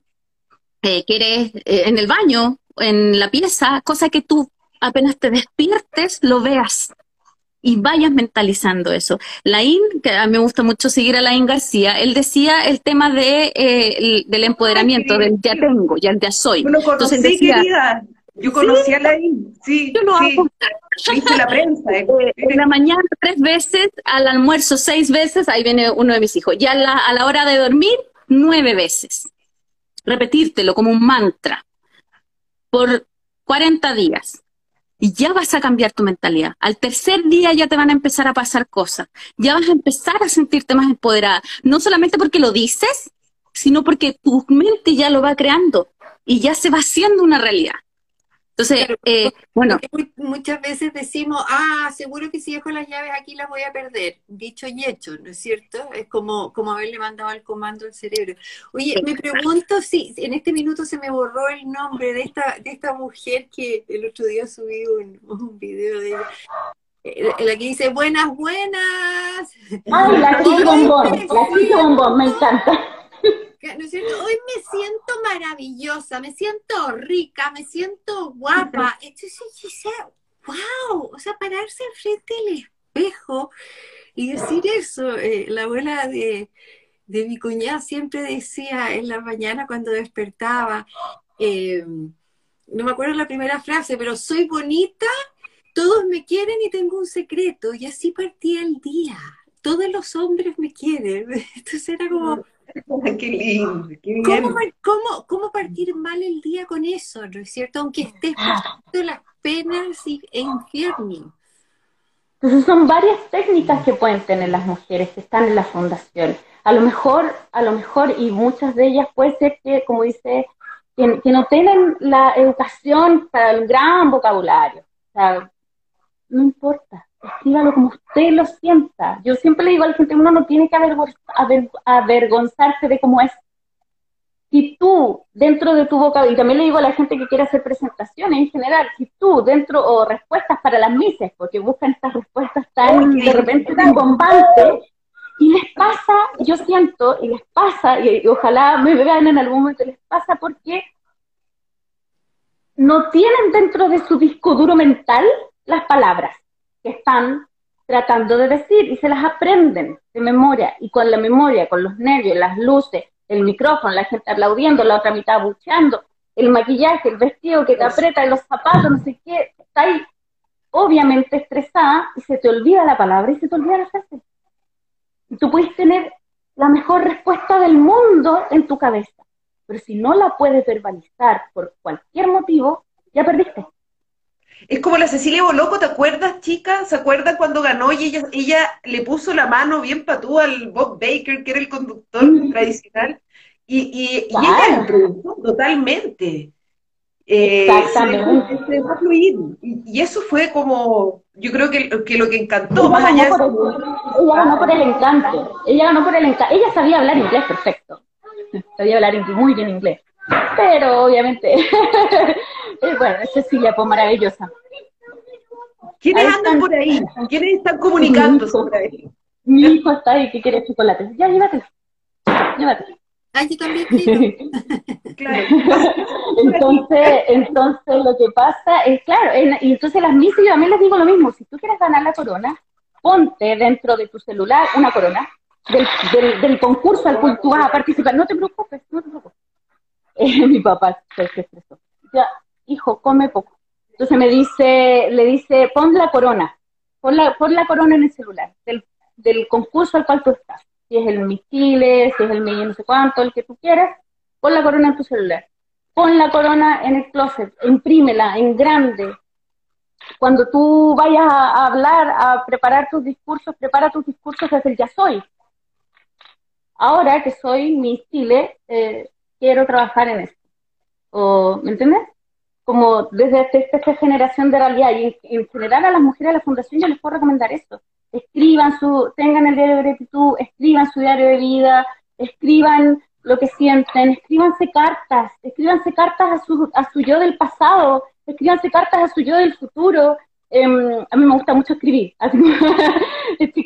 quieres en el baño, en la pieza, cosa que tú apenas te despiertes, lo veas y vayas mentalizando eso. Laín, que a mí me gusta mucho seguir a Laín García, él decía el tema del empoderamiento, del ya tengo, ya soy. Yo lo Entonces conocí, decía, querida. Yo conocí a Laín, sí, yo lo sí. hago. Viste la prensa. En la mañana 3 veces, al almuerzo 6 veces, ahí viene uno de mis hijos. Ya a la hora de dormir, 9 veces. Repetírtelo como un mantra por 40 días. Y ya vas a cambiar tu mentalidad. Al tercer día ya te van a empezar a pasar cosas. Ya vas a empezar a sentirte más empoderada. No solamente porque lo dices, sino porque tu mente ya lo va creando y ya se va haciendo una realidad. Entonces, bueno. Muchas veces decimos, seguro que si dejo las llaves aquí las voy a perder. Dicho y hecho, ¿no es cierto? Es como haberle mandado el comando al cerebro. Oye, me pregunto si en este minuto se me borró el nombre de esta mujer que el otro día subí un video de ella. La que dice, buenas, buenas. Ay, la chica bombón, me encanta. ¿No es cierto? Hoy me siento maravillosa, me siento rica, me siento guapa. Entonces yo decía, wow, o sea, pararse enfrente del espejo y decir eso. La abuela de mi cuñada siempre decía en la mañana cuando despertaba, no me acuerdo la primera frase, pero soy bonita, todos me quieren y tengo un secreto. Y así partía el día. Todos los hombres me quieren. Entonces era como... Qué lindo, qué bien. ¿Cómo partir mal el día con eso? ¿No es cierto? Aunque estés pasando las penas e infierno. Entonces son varias técnicas que pueden tener las mujeres que están en la fundación. A lo mejor, y muchas de ellas puede ser que, como dice, que no tienen la educación para el gran vocabulario. O sea, no importa, escríbalo como usted lo sienta. Yo siempre le digo a la gente, uno no tiene que avergonzarse de cómo es. Si tú, dentro de tu vocabulario, y también le digo a la gente que quiere hacer presentaciones en general, si tú, o respuestas para las mises, porque buscan estas respuestas de repente tan bombantes, y les pasa, yo siento, y les pasa, y ojalá me vean en algún momento, les pasa porque no tienen dentro de su disco duro mental las palabras que están tratando de decir y se las aprenden de memoria, y con la memoria, con los nervios, las luces, el micrófono, la gente aplaudiendo, la otra mitad bucheando, el maquillaje, el vestido que te aprieta, los zapatos, no sé qué, está ahí obviamente estresada y se te olvida la palabra y se te olvida la frase. Y tú puedes tener la mejor respuesta del mundo en tu cabeza, pero si no la puedes verbalizar por cualquier motivo, ya perdiste. Es como la Cecilia Boloco, ¿te acuerdas, chica? ¿Se acuerdan cuando ganó y ella le puso la mano bien patúa al Bob Baker, que era el conductor tradicional? Y ella lo produjo totalmente. Exactamente. Se dejó fluir. Y eso fue como, yo creo que lo que encantó, más allá de eso. Ella ganó por el encanto. Ella sabía hablar inglés perfecto. Sabía hablar muy bien inglés. Pero obviamente, bueno, Cecilia fue maravillosa. ¿Quiénes andan por ahí? ¿Quiénes están comunicándose por ahí? Mi hijo está ahí que quiere chocolate. Ya, llévatelo. Ay, yo también quiero. Claro. Entonces lo que pasa es, claro, y entonces las misas yo también les digo lo mismo. Si tú quieres ganar la corona, ponte dentro de tu celular una corona del concurso al cual tú vas a participar. No te preocupes. Mi papá se estresó. Ya, hijo, come poco. Entonces le dice, pon la corona en el celular, del concurso al cual tú estás. Si es el Miss Chile, si es el Miss no sé cuánto, el que tú quieras, pon la corona en tu celular. Pon la corona en el closet, imprímela en grande. Cuando tú vayas a hablar, a preparar tus discursos, prepara tus discursos desde el ya soy. Ahora que soy Miss Chile, quiero trabajar en esto. ¿Me entiendes? Como desde esta generación de realidad, y en general a las mujeres de la fundación yo les puedo recomendar esto. Tengan el diario de gratitud, escriban su diario de vida, escriban lo que sienten, escríbanse cartas a su yo del pasado, escríbanse cartas a su yo del futuro. A mí me gusta mucho escribir, así chicas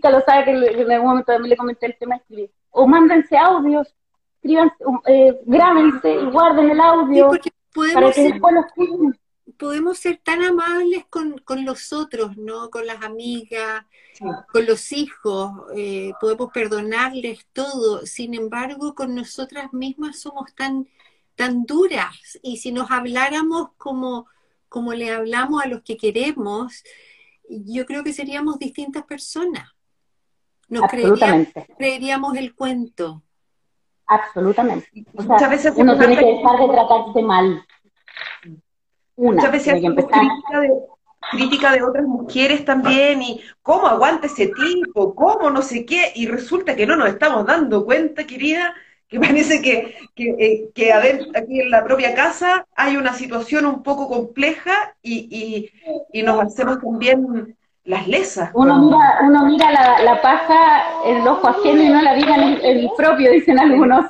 Jessica lo sabe, que en algún momento también le comenté el tema de escribir. O mándense audios, escríbanse, grábense y guarden el Sí, audio porque para que después lo escuchen. podemos ser tan amables con los otros, ¿no? Con las amigas, Sí. con los hijos, podemos perdonarles todo. Sin embargo, con nosotras mismas somos tan duras. Y si nos habláramos como le hablamos a los que queremos, yo creo que seríamos distintas personas. Nos Absolutamente, creeríamos el cuento. absolutamente. O Muchas sea, veces uno hacemos tiene que harta dejar de tratarse mal. Muchas veces Tiene que hacemos empezar. crítica de otras mujeres también, y cómo aguanta ese tipo, cómo no sé qué, y resulta que no nos estamos dando cuenta, querida, que parece que a ver, aquí en la propia casa hay una situación un poco compleja y nos hacemos también las lesas Uno mira la paja en el ojo ajeno y no la mira en el propio, dicen algunos.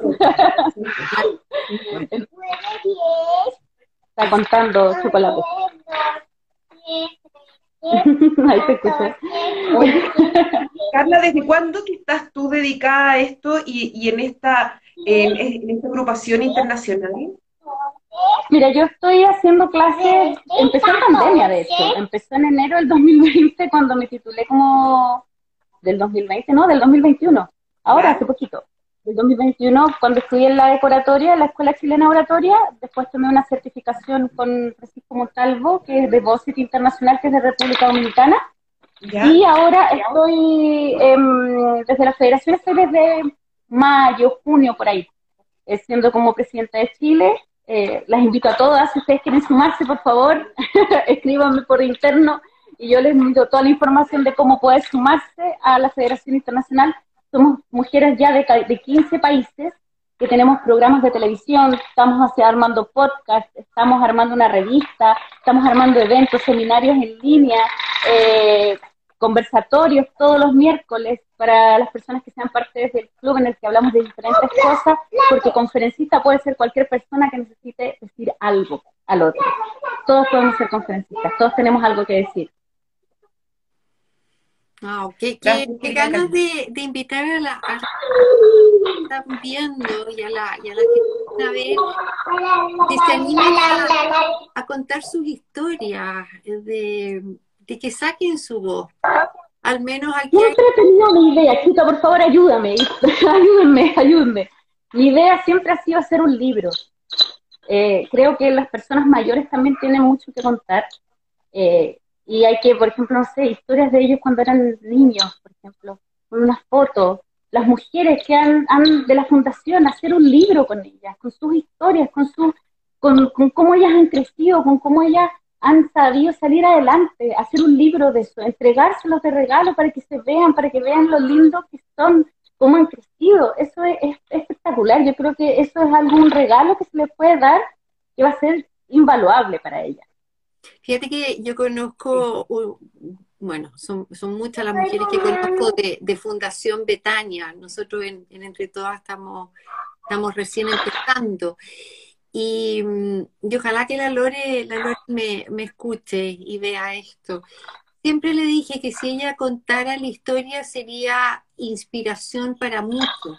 Está contando chocolate. Ahí se escucha. Oye, Carla, ¿desde cuándo que estás tú dedicada a esto y en esta agrupación internacional? Mira, yo estoy haciendo clases, empezó en pandemia de hecho, empezó en enero del 2020 cuando me titulé como, del 2020, no, del 2021, ahora ¿Ya? hace poquito, del 2021 cuando estudié en la decoratoria, en la Escuela Chilena de Oratoria, después tomé una certificación con Francisco Montalvo, que es de Voces Internacional, que es de República Dominicana, ¿Ya? y ahora estoy desde la federación, estoy desde mayo, junio, por ahí, siendo como presidenta de Chile. Las invito a todas, si ustedes quieren sumarse, por favor, escríbanme por interno y yo les envío toda la información de cómo poder sumarse a la Federación Internacional. Somos mujeres ya de 15 países que tenemos programas de televisión, estamos armando podcast, estamos armando una revista, estamos armando eventos, seminarios en línea, conversatorios todos los miércoles para las personas que sean parte del club en el que hablamos de diferentes cosas, porque conferencista puede ser cualquier persona que necesite decir algo al otro. Todos podemos ser conferencistas, todos tenemos algo que decir. Qué ganas de invitar a la que están viendo y a la que van a ver, que se animen a contar sus historias, de que saquen su voz. Al menos aquí Siempre he tenido una idea, chica, por favor ayúdame, ayúdenme. Mi idea siempre ha sido hacer un libro. Creo que las personas mayores también tienen mucho que contar. Y hay que, por ejemplo, no sé, historias de ellos cuando eran niños, por ejemplo, con unas fotos. Las mujeres que han de la fundación, hacer un libro con ellas, con sus historias, con cómo ellas han crecido, con cómo ellas han sabido salir adelante, hacer un libro de eso, entregárselos de regalo para que se vean, para que vean lo lindos que son, cómo han crecido. Eso es espectacular. Yo creo que eso es algún regalo que se les puede dar que va a ser invaluable para ellas. Fíjate que yo conozco, bueno, son muchas las mujeres que conozco de Fundación Betania. Nosotros en Entre Todas estamos recién empezando. Y ojalá que la Lore me escuche y vea esto. Siempre le dije que si ella contara la historia sería inspiración para muchos.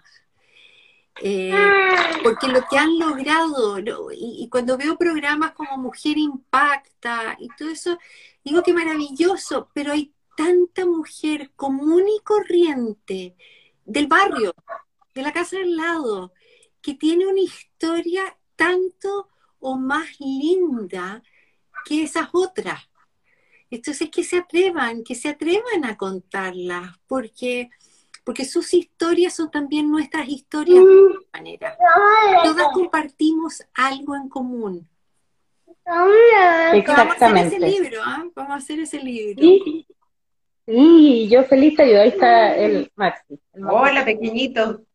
Porque lo que han logrado, y cuando veo programas como Mujer Impacta y todo eso, digo que maravilloso, pero hay tanta mujer común y corriente del barrio, de la casa al lado, que tiene una historia tanto o más linda que esas otras. Entonces que se atrevan a contarlas, porque sus historias son también nuestras historias de alguna manera. Todas compartimos algo en común. Exactamente. Vamos a hacer ese libro, Vamos a hacer ese libro. Sí, yo feliz te ayudo. Ahí está el Maxi. Hola, pequeñito.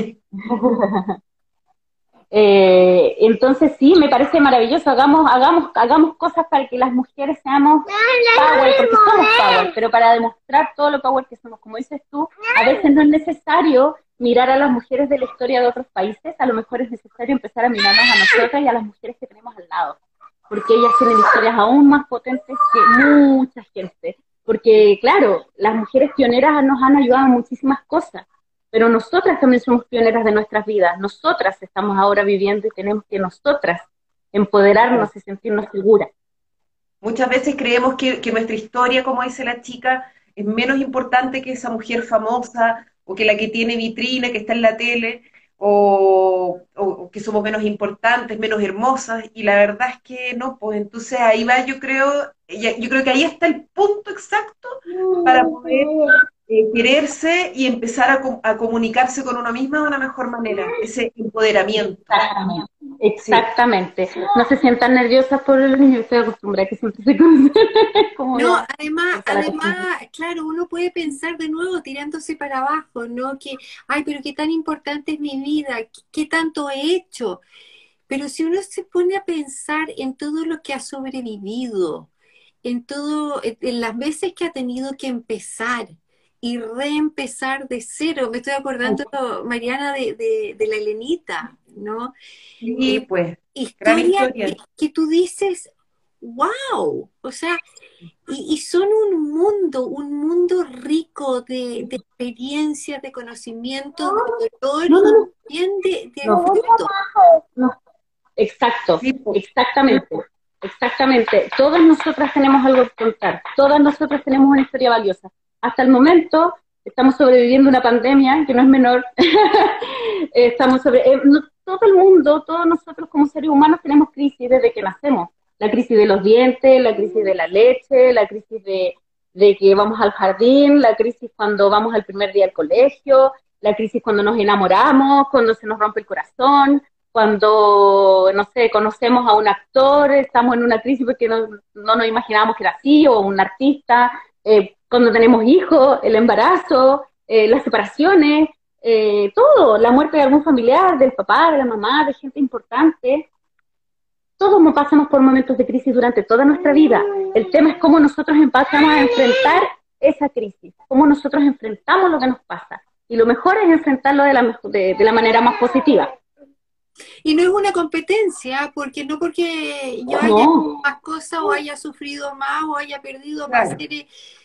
Entonces sí, me parece maravilloso. Hagamos cosas para que las mujeres seamos power, porque somos power, pero para demostrar todo lo power que somos, como dices tú, a veces no es necesario mirar a las mujeres de la historia de otros países, a lo mejor es necesario empezar a mirarnos a nosotras y a las mujeres que tenemos al lado, porque ellas tienen historias aún más potentes que mucha gente, porque claro, las mujeres pioneras nos han ayudado en muchísimas cosas, pero nosotras también somos pioneras de nuestras vidas, nosotras estamos ahora viviendo y tenemos que nosotras empoderarnos y sentirnos seguras. Muchas veces creemos que nuestra historia, como dice la chica, es menos importante que esa mujer famosa o que la que tiene vitrina, que está en la tele, o que somos menos importantes, menos hermosas, y la verdad es que no, pues entonces ahí va, yo creo que ahí está el punto exacto para poder quererse y empezar a comunicarse con uno misma de una mejor manera, ese empoderamiento. Exactamente. Exactamente. Sí. No se sientan nerviosas por el niño, estoy acostumbrada a que siempre se conocen. No, además, claro, uno puede pensar de nuevo tirándose para abajo, ¿no? Que, ay, pero qué tan importante es mi vida, qué tanto he hecho. Pero si uno se pone a pensar en todo lo que ha sobrevivido, en las veces que ha tenido que empezar y reempezar de cero, me estoy acordando, Mariana, de la Helenita, ¿no? Sí, pues, historia que tú dices, wow, o sea, y son un mundo rico de experiencias, de conocimiento, de dolor y también de fruto. Exacto, sí, pues. Exactamente. Todas nosotras tenemos algo que contar, todas nosotras tenemos una historia valiosa. Hasta el momento estamos sobreviviendo una pandemia que no es menor. Todo el mundo, todos nosotros como seres humanos tenemos crisis desde que nacemos. La crisis de los dientes, la crisis de la leche, la crisis de que vamos al jardín, la crisis cuando vamos al primer día al colegio, la crisis cuando nos enamoramos, cuando se nos rompe el corazón, cuando, no sé, conocemos a un actor, estamos en una crisis porque no nos imaginábamos que era así, o un artista, cuando tenemos hijos, el embarazo, las separaciones, todo, la muerte de algún familiar, del papá, de la mamá, de gente importante. Todos pasamos por momentos de crisis durante toda nuestra vida. El tema es cómo nosotros empezamos a enfrentar esa crisis, cómo nosotros enfrentamos lo que nos pasa. Y lo mejor es enfrentarlo de la manera más positiva. Y no es una competencia, porque yo haya hecho más cosas, o haya sufrido más, o haya perdido más seres.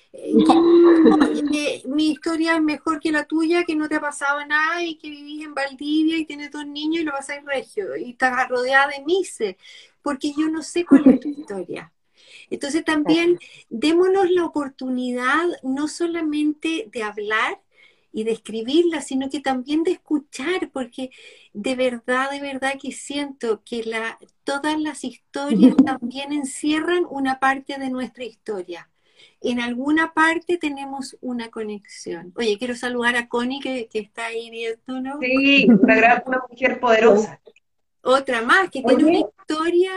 Mi historia es mejor que la tuya, que no te ha pasado nada y que vivís en Valdivia y tienes 2 niños y lo pasáis regio y estás rodeada de mises, porque yo no sé cuál es tu historia. Entonces también démonos la oportunidad no solamente de hablar y de escribirla, sino que también de escuchar, porque de verdad que siento que todas las historias también encierran una parte de nuestra historia. En alguna parte tenemos una conexión. Oye, quiero saludar a Connie, que está ahí viendo, ¿no? Sí, una mujer poderosa. Otra más, que tiene una historia...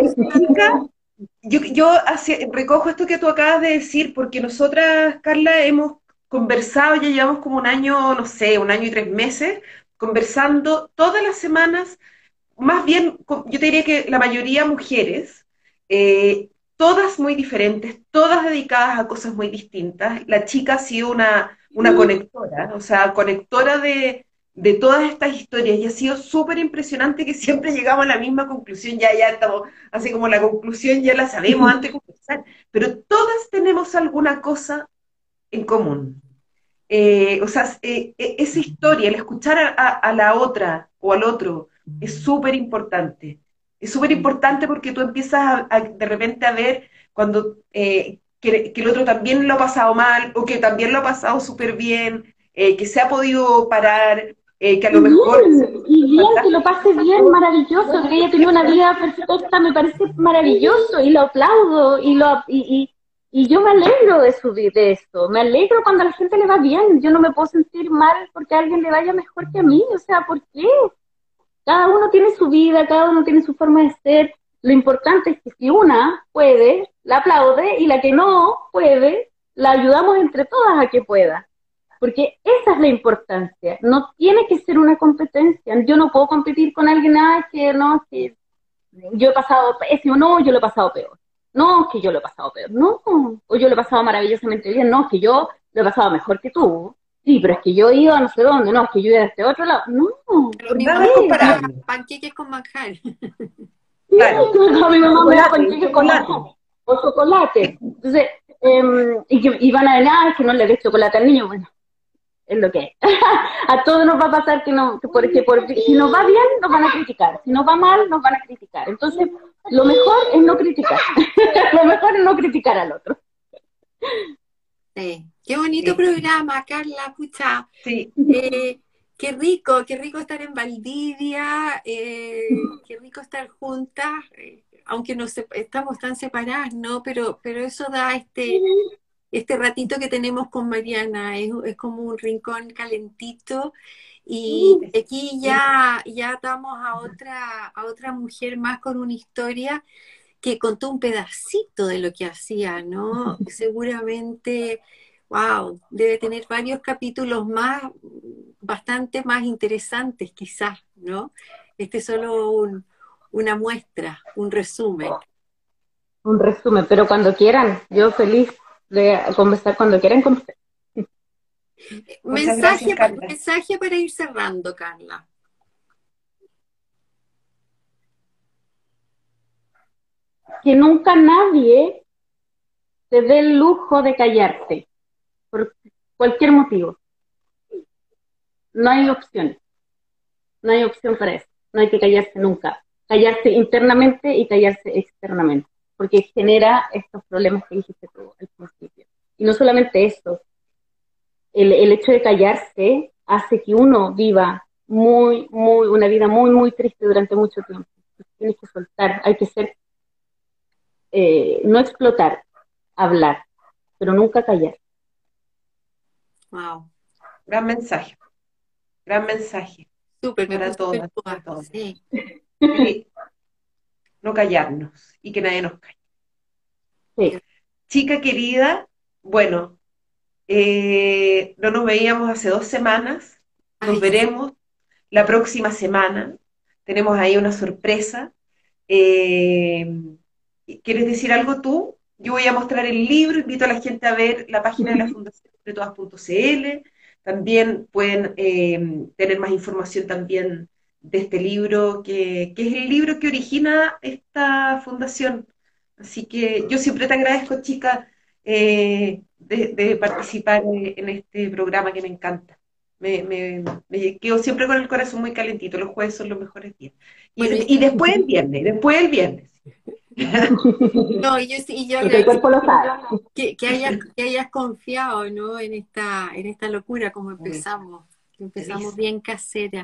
Yo recojo esto que tú acabas de decir, porque nosotras, Carla, hemos conversado, ya llevamos como un año, no sé, 1 año y 3 meses, conversando todas las semanas, más bien, yo te diría que la mayoría mujeres, todas muy diferentes, todas dedicadas a cosas muy distintas. La chica ha sido una conectora, o sea, conectora de todas estas historias, y ha sido súper impresionante que siempre llegamos a la misma conclusión, ya estamos, así como la conclusión ya la sabemos antes de conversar, pero todas tenemos alguna cosa en común. O sea, esa historia, el escuchar a la otra o al otro, es súper importante. Es súper importante porque tú empiezas de repente a ver cuando que el otro también lo ha pasado mal, o que también lo ha pasado súper bien, que se ha podido parar, que a lo mejor... Y bien, que lo pase bien, maravilloso, que ella tenía una vida perfecta, me parece maravilloso, y lo aplaudo, y yo me alegro de esto, me alegro cuando a la gente le va bien, yo no me puedo sentir mal porque a alguien le vaya mejor que a mí, o sea, ¿por qué? Cada uno tiene su vida, cada uno tiene su forma de ser. Lo importante es que si una puede, la aplaude, y la que no puede, la ayudamos entre todas a que pueda. Porque esa es la importancia. No tiene que ser una competencia. Yo no puedo competir con alguien, que yo he pasado pésimo, no, yo lo he pasado peor. No, que yo lo he pasado peor. No, o yo lo he pasado maravillosamente bien. No, que yo lo he pasado mejor que tú. Sí, pero es que yo he ido a no sé dónde, no, es que yo he ido a este otro lado. No. Pero nada es comparable. Panqueques con manjar. Claro. No, mi mamá me da panqueques con manjar o chocolate. Entonces, y van a ver, es que no le des chocolate al niño, bueno, es lo que es. A todos nos va a pasar que no, si nos va bien, nos van a criticar, si nos va mal, nos van a criticar. Entonces, lo mejor es no criticar. Lo mejor es no criticar al otro. Sí. Qué bonito programa, Carla, pucha. Sí. Qué rico estar en Valdivia, qué rico estar juntas, aunque estamos tan separadas, ¿no? Pero eso da este ratito que tenemos con Mariana, es como un rincón calentito, y aquí ya damos a otra mujer más con una historia que contó un pedacito de lo que hacía, ¿no? Seguramente, wow, debe tener varios capítulos más, bastante más interesantes quizás, ¿no? Este es solo una muestra, un resumen. Un resumen, pero cuando quieran, yo feliz de conversar cuando quieran conversar. Mensaje para ir cerrando, Carla. Que nunca nadie te dé el lujo de callarte, por cualquier motivo. No hay opción. No hay opción para eso. No hay que callarse nunca. Callarse internamente y callarse externamente, porque genera estos problemas que dijiste tú al principio. Y no solamente eso, el hecho de callarse hace que uno viva una vida muy, muy triste durante mucho tiempo. Tienes que soltar, hay que ser, no explotar, hablar, pero nunca callar. Wow. Gran mensaje. Gran mensaje. Súper, para todas, para todos. Sí. Sí. No callarnos y que nadie nos calle. Sí. Chica querida, bueno, no nos veíamos hace 2 semanas, nos veremos la próxima semana, tenemos ahí una sorpresa. ¿Quieres decir algo tú? Yo voy a mostrar el libro, invito a la gente a ver la página de la Fundación Entretodas.cl, también pueden tener más información también de este libro, que es el libro que origina esta fundación. Así que yo siempre te agradezco, chica, de participar en este programa que me encanta. Me quedo siempre con el corazón muy calentito, los jueves son los mejores días. Y después el viernes. No, yo porque el cuerpo lo sabe. Que hayas confiado, ¿no? en esta locura como empezamos bien casera.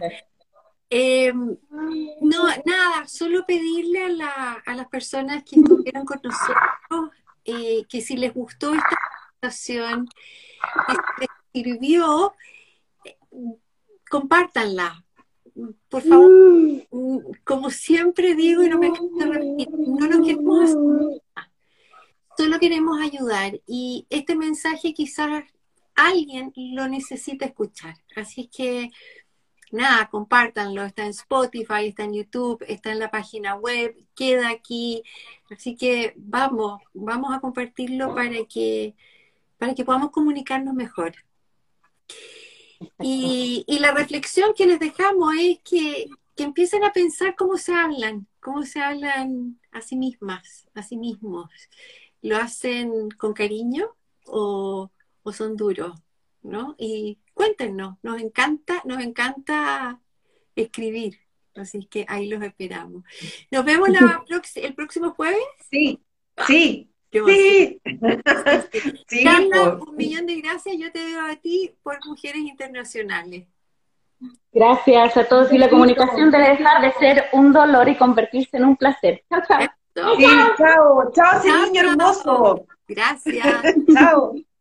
No, nada, solo pedirle a las personas que estuvieron con nosotros que si les gustó esta presentación, que si les sirvió, compártanla. Por favor, como siempre digo y no me canso de repetir, no nos queremos hacer nada, solo queremos ayudar, y este mensaje quizás alguien lo necesita escuchar, así es que nada, compártanlo, está en Spotify, está en YouTube, está en la página web, queda aquí, así que vamos a compartirlo para que podamos comunicarnos mejor. Y la reflexión que les dejamos es que empiecen a pensar cómo se hablan a sí mismas, a sí mismos. ¿Lo hacen con cariño o son duros? ¿No? Y cuéntenos, nos encanta escribir, así que ahí los esperamos. ¿Nos vemos el próximo jueves? Sí. Sí. Carla, Pues. 1.000.000 de gracias, yo te digo a ti por Mujeres Internacionales. Gracias a todos, y la comunicación debe dejar de ser un dolor y convertirse en un placer. Chao, chao. Sí, chao, ese niño hermoso. Gracias. Chao.